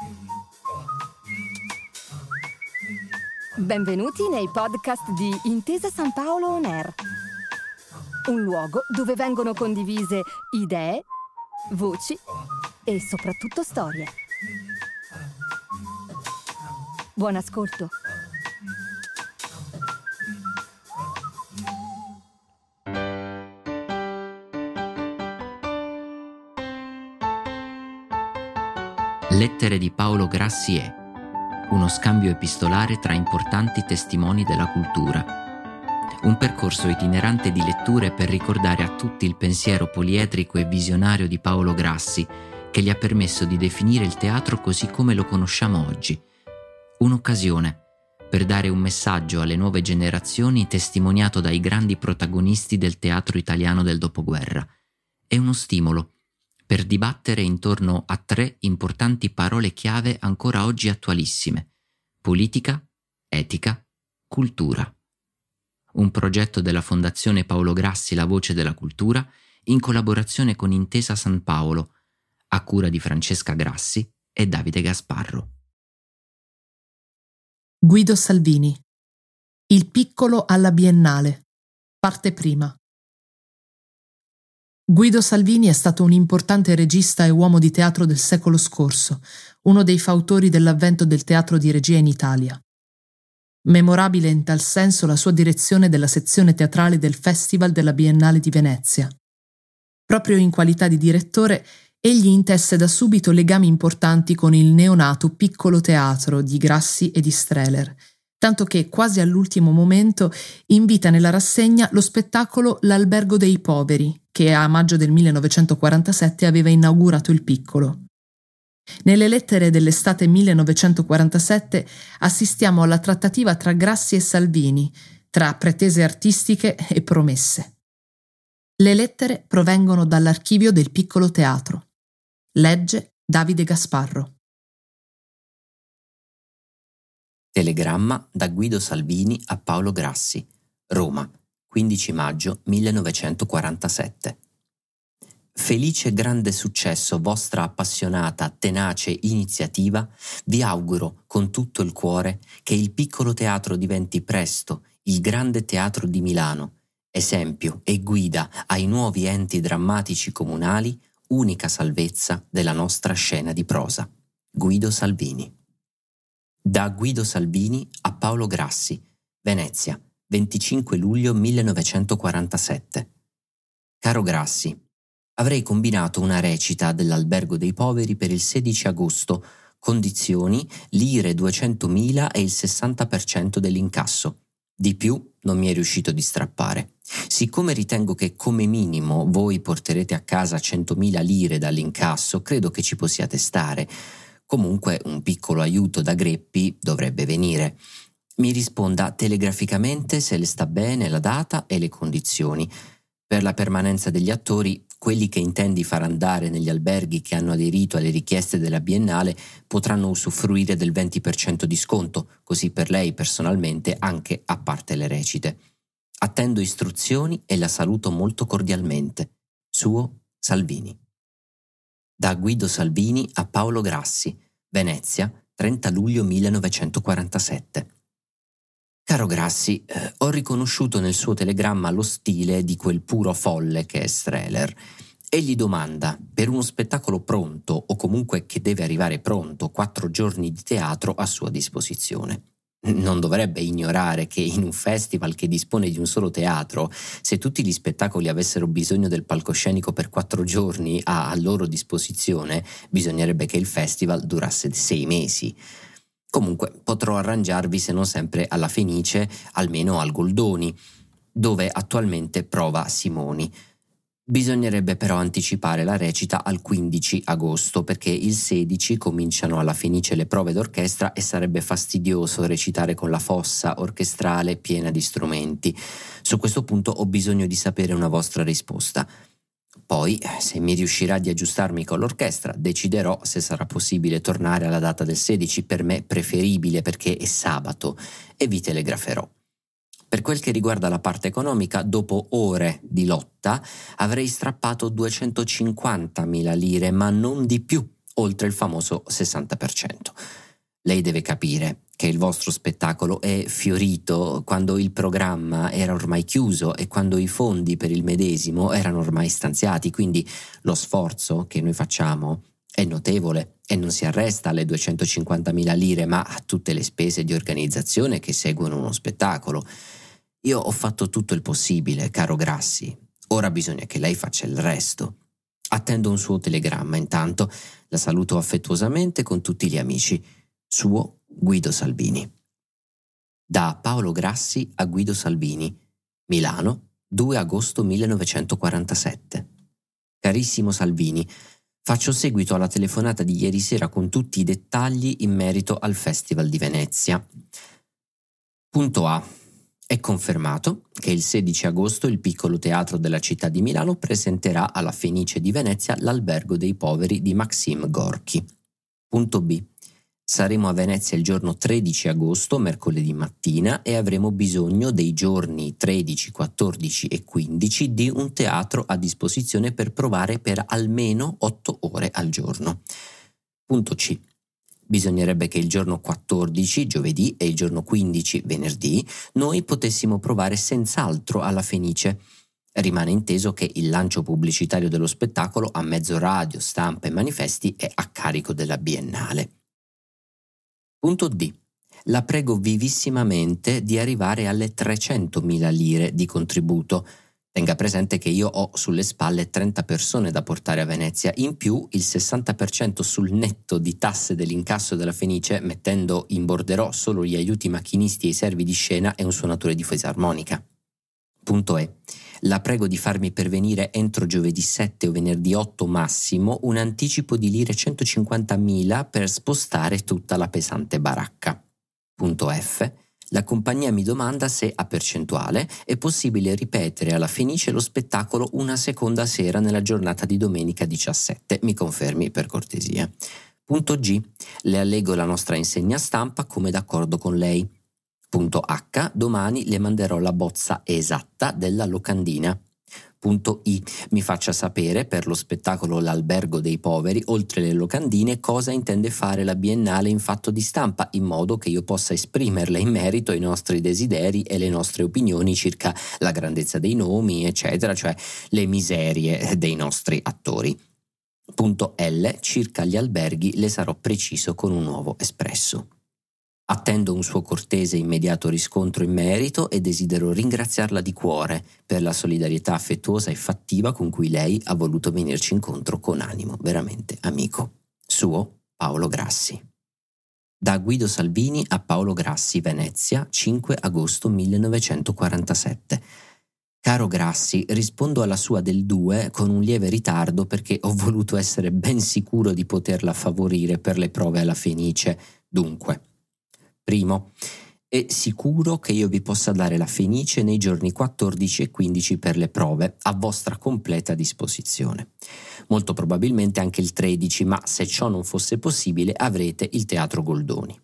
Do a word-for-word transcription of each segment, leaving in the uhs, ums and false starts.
Benvenuti nei podcast di Intesa San Paolo On Air, un luogo dove vengono condivise idee, voci e soprattutto storie. Buon ascolto. Lettere di Paolo Grassi è uno scambio epistolare tra importanti testimoni della cultura, un percorso itinerante di letture per ricordare a tutti il pensiero poliedrico e visionario di Paolo Grassi, che gli ha permesso di definire il teatro così come lo conosciamo oggi. Un'occasione per dare un messaggio alle nuove generazioni testimoniato dai grandi protagonisti del teatro italiano del dopoguerra, e uno stimolo per dibattere intorno a tre importanti parole chiave ancora oggi attualissime: politica, etica, cultura. Un progetto della Fondazione Paolo Grassi La Voce della Cultura in collaborazione con Intesa San Paolo, a cura di Francesca Grassi e Davide Gasparro. Guido Salvini. Il piccolo alla Biennale. Parte prima. Guido Salvini è stato un importante regista e uomo di teatro del secolo scorso, uno dei fautori dell'avvento del teatro di regia in Italia. Memorabile in tal senso la sua direzione della sezione teatrale del Festival della Biennale di Venezia. Proprio in qualità di direttore, egli intesse da subito legami importanti con il neonato piccolo teatro di Grassi e di Strehler, tanto che quasi all'ultimo momento invita nella rassegna lo spettacolo L'Albergo dei Poveri, che a maggio del millenovecentoquarantasette aveva inaugurato il Piccolo. Nelle lettere dell'estate millenovecentoquarantasette assistiamo alla trattativa tra Grassi e Salvini, tra pretese artistiche e promesse. Le lettere provengono dall'archivio del Piccolo Teatro. Legge Davide Gasparro. Telegramma da Guido Salvini a Paolo Grassi, Roma, quindici maggio millenovecentoquarantasette. Felice e grande successo vostra appassionata, tenace iniziativa, vi auguro con tutto il cuore che il Piccolo Teatro diventi presto il grande teatro di Milano, esempio e guida ai nuovi enti drammatici comunali, unica salvezza della nostra scena di prosa. Guido Salvini. Da Guido Salvini a Paolo Grassi, Venezia, venticinque luglio millenovecentoquarantasette. Caro Grassi, avrei combinato una recita dell'Albergo dei Poveri per il sedici agosto, condizioni lire duecentomila e il sessanta per cento dell'incasso. Di più non mi è riuscito di strappare. Siccome ritengo che come minimo voi porterete a casa centomila lire dall'incasso, credo che ci possiate stare. Comunque un piccolo aiuto da Greppi dovrebbe venire. Mi risponda telegraficamente se le sta bene la data e le condizioni. Per la permanenza degli attori, quelli che intendi far andare negli alberghi che hanno aderito alle richieste della Biennale potranno usufruire del venti per cento di sconto, così per lei personalmente anche a parte le recite. Attendo istruzioni e la saluto molto cordialmente. Suo Salvini. Da Guido Salvini a Paolo Grassi, Venezia, trenta luglio millenovecentoquarantasette. Caro Grassi, eh, ho riconosciuto nel suo telegramma lo stile di quel puro folle che è Strehler. Egli domanda, per uno spettacolo pronto o comunque che deve arrivare pronto, quattro giorni di teatro a sua disposizione. Non dovrebbe ignorare che in un festival che dispone di un solo teatro, se tutti gli spettacoli avessero bisogno del palcoscenico per quattro giorni a, a loro disposizione, bisognerebbe che il festival durasse sei mesi. Comunque potrò arrangiarvi, se non sempre alla Fenice, almeno al Goldoni, dove attualmente prova Simoni. Bisognerebbe però anticipare la recita al quindici agosto, perché il sedici cominciano alla Fenice le prove d'orchestra e sarebbe fastidioso recitare con la fossa orchestrale piena di strumenti. Su questo punto ho bisogno di sapere una vostra risposta. Poi, se mi riuscirà di aggiustarmi con l'orchestra, deciderò se sarà possibile tornare alla data del sedici, per me preferibile perché è sabato, e vi telegraferò. Per quel che riguarda la parte economica, dopo ore di lotta avrei strappato duecentocinquantamila lire, ma non di più, oltre il famoso sessanta per cento. Lei deve capire che il vostro spettacolo è fiorito quando il programma era ormai chiuso e quando i fondi per il medesimo erano ormai stanziati, quindi lo sforzo che noi facciamo è notevole e non si arresta alle duecentocinquantamila lire, ma a tutte le spese di organizzazione che seguono uno spettacolo. Io ho fatto tutto il possibile, caro Grassi. Ora bisogna che lei faccia il resto. Attendo un suo telegramma, intanto la saluto affettuosamente con tutti gli amici. Suo Guido Salvini. Da Paolo Grassi a Guido Salvini, Milano, due agosto millenovecentoquarantasette. Carissimo Salvini, faccio seguito alla telefonata di ieri sera con tutti i dettagli in merito al Festival di Venezia. Punto A. È confermato che il sedici agosto il piccolo teatro della città di Milano presenterà alla Fenice di Venezia l'Albergo dei Poveri di Maxim Gorky. Punto B. Saremo a Venezia il giorno tredici agosto, mercoledì mattina, e avremo bisogno dei giorni tredici, quattordici e quindici di un teatro a disposizione per provare per almeno otto ore al giorno. Punto C. Bisognerebbe che il giorno quattordici, giovedì, e il giorno quindici, venerdì, noi potessimo provare senz'altro alla Fenice. Rimane inteso che il lancio pubblicitario dello spettacolo a mezzo radio, stampa e manifesti è a carico della Biennale. Punto D. La prego vivissimamente di arrivare alle trecentomila lire di contributo. Tenga presente che io ho sulle spalle trenta persone da portare a Venezia, in più il sessanta per cento sul netto di tasse dell'incasso della Fenice, mettendo in borderò solo gli aiuti macchinisti e i servi di scena e un suonatore di fisarmonica. Punto E. La prego di farmi pervenire entro giovedì sette o venerdì otto massimo un anticipo di lire centocinquantamila per spostare tutta la pesante baracca. Punto F. La compagnia mi domanda se, a percentuale, è possibile ripetere alla Fenice lo spettacolo una seconda sera nella giornata di domenica diciassette. Mi confermi per cortesia. Punto G. Le allego la nostra insegna stampa come d'accordo con lei. Punto H. Domani le manderò la bozza esatta della locandina. Punto I. Mi faccia sapere per lo spettacolo L'Albergo dei Poveri, oltre le locandine, cosa intende fare la Biennale in fatto di stampa, in modo che io possa esprimerle in merito ai nostri desideri e le nostre opinioni circa la grandezza dei nomi, eccetera, cioè le miserie dei nostri attori. Punto L. Circa gli alberghi le sarò preciso con un nuovo espresso. Attendo un suo cortese immediato riscontro in merito e desidero ringraziarla di cuore per la solidarietà affettuosa e fattiva con cui lei ha voluto venirci incontro con animo veramente amico. Suo Paolo Grassi. Da Guido Salvini a Paolo Grassi, Venezia, cinque agosto millenovecentoquarantasette. Caro Grassi, rispondo alla sua del due con un lieve ritardo perché ho voluto essere ben sicuro di poterla favorire per le prove alla Fenice. Dunque, primo, è sicuro che io vi possa dare la Fenice nei giorni quattordici e quindici per le prove, a vostra completa disposizione. Molto probabilmente anche il tredici, ma se ciò non fosse possibile avrete il Teatro Goldoni.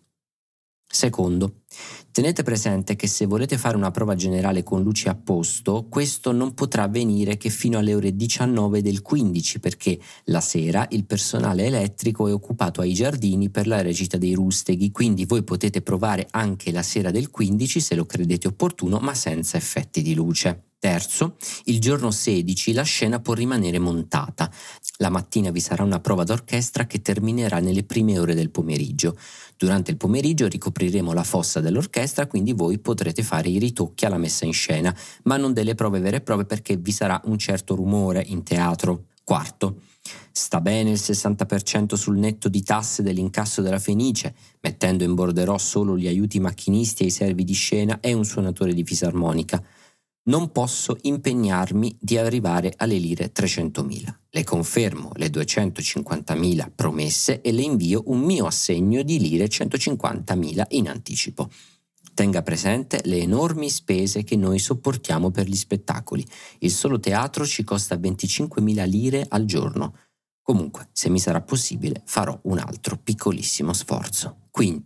Secondo, tenete presente che se volete fare una prova generale con luci a posto, questo non potrà avvenire che fino alle ore diciannove del quindici, perché la sera il personale elettrico è occupato ai giardini per la recita dei Rusteghi, quindi voi potete provare anche la sera del quindici se lo credete opportuno, ma senza effetti di luce. Terzo, il giorno sedici la scena può rimanere montata. La mattina vi sarà una prova d'orchestra che terminerà nelle prime ore del pomeriggio. Durante il pomeriggio ricopriremo la fossa dell'orchestra, quindi voi potrete fare i ritocchi alla messa in scena, ma non delle prove vere e proprie perché vi sarà un certo rumore in teatro. Quarto, sta bene il sessanta per cento sul netto di tasse dell'incasso della Fenice, mettendo in borderò solo gli aiuti macchinisti e i servi di scena e un suonatore di fisarmonica. Non posso impegnarmi di arrivare alle lire trecentomila. Le confermo le duecentocinquantamila promesse e le invio un mio assegno di lire centocinquantamila in anticipo. Tenga presente le enormi spese che noi sopportiamo per gli spettacoli. Il solo teatro ci costa venticinquemila lire al giorno. Comunque, se mi sarà possibile, farò un altro piccolissimo sforzo. Quinto,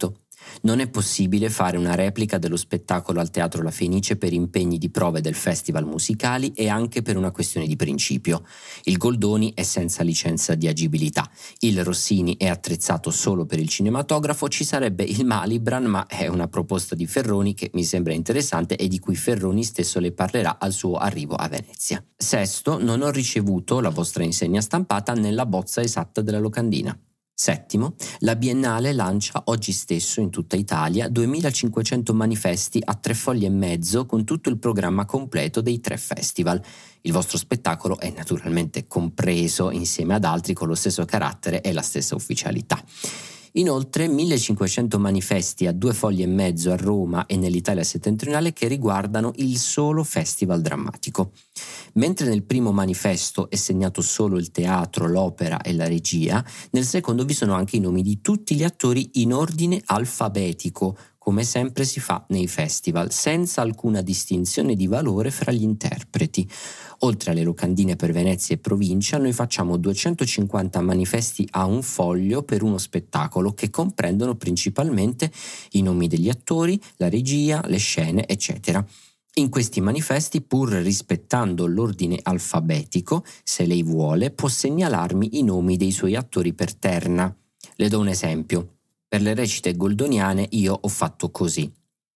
Non è possibile fare una replica dello spettacolo al Teatro La Fenice per impegni di prove del Festival Musicali e anche per una questione di principio. Il Goldoni è senza licenza di agibilità, il Rossini è attrezzato solo per il cinematografo, ci sarebbe il Malibran, ma è una proposta di Ferroni che mi sembra interessante e di cui Ferroni stesso le parlerà al suo arrivo a Venezia. Sesto, non ho ricevuto la vostra insegna stampata nella bozza esatta della locandina. Settimo, la Biennale lancia oggi stesso in tutta Italia duemilacinquecento manifesti a tre fogli e mezzo con tutto il programma completo dei tre festival. Il vostro spettacolo è naturalmente compreso insieme ad altri con lo stesso carattere e la stessa ufficialità. Inoltre millecinquecento manifesti a due fogli e mezzo a Roma e nell'Italia settentrionale che riguardano il solo festival drammatico. Mentre nel primo manifesto è segnato solo il teatro, l'opera e la regia, nel secondo vi sono anche i nomi di tutti gli attori in ordine alfabetico, come sempre si fa nei festival, senza alcuna distinzione di valore fra gli interpreti. Oltre alle locandine per Venezia e provincia, noi facciamo duecentocinquanta manifesti a un foglio per uno spettacolo che comprendono principalmente i nomi degli attori, la regia, le scene, eccetera. In questi manifesti, pur rispettando l'ordine alfabetico, se lei vuole, può segnalarmi i nomi dei suoi attori per terna. Le do un esempio. Per le recite goldoniane io ho fatto così.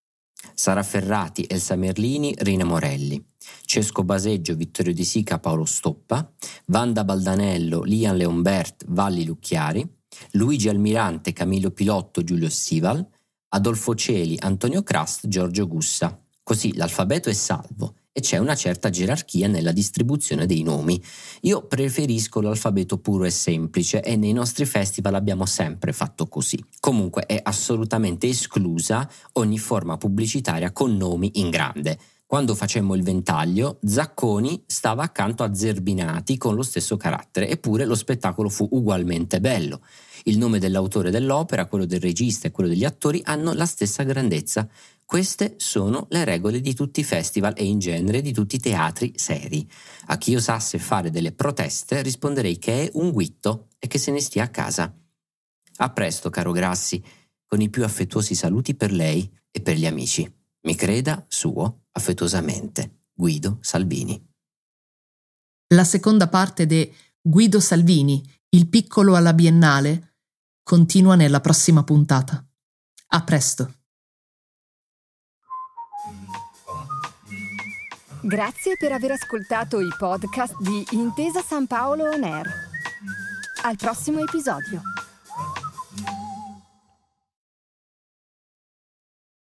Sara Ferrati, Elsa Merlini, Rina Morelli. Cesco Baseggio, Vittorio De Sica, Paolo Stoppa. Wanda Baldanello, Lian Leonbert, Valli Lucchiari. Luigi Almirante, Camillo Pilotto, Giulio Stival. Adolfo Celi, Antonio Crast, Giorgio Gussa. Così l'alfabeto è salvo e c'è una certa gerarchia nella distribuzione dei nomi. Io preferisco l'alfabeto puro e semplice e nei nostri festival abbiamo sempre fatto così. Comunque è assolutamente esclusa ogni forma pubblicitaria con nomi in grande. Quando facemmo il Ventaglio, Zacconi stava accanto a Zerbinati con lo stesso carattere, eppure lo spettacolo fu ugualmente bello. Il nome dell'autore dell'opera, quello del regista e quello degli attori hanno la stessa grandezza. Queste sono le regole di tutti i festival e in genere di tutti i teatri seri. A chi osasse fare delle proteste risponderei che è un guitto e che se ne stia a casa. A presto, caro Grassi, con i più affettuosi saluti per lei e per gli amici. Mi creda, suo, affettuosamente, Guido Salvini. La seconda parte de Guido Salvini, il piccolo alla Biennale, continua nella prossima puntata. A presto. Grazie per aver ascoltato i podcast di Intesa San Paolo On Air. Al prossimo episodio.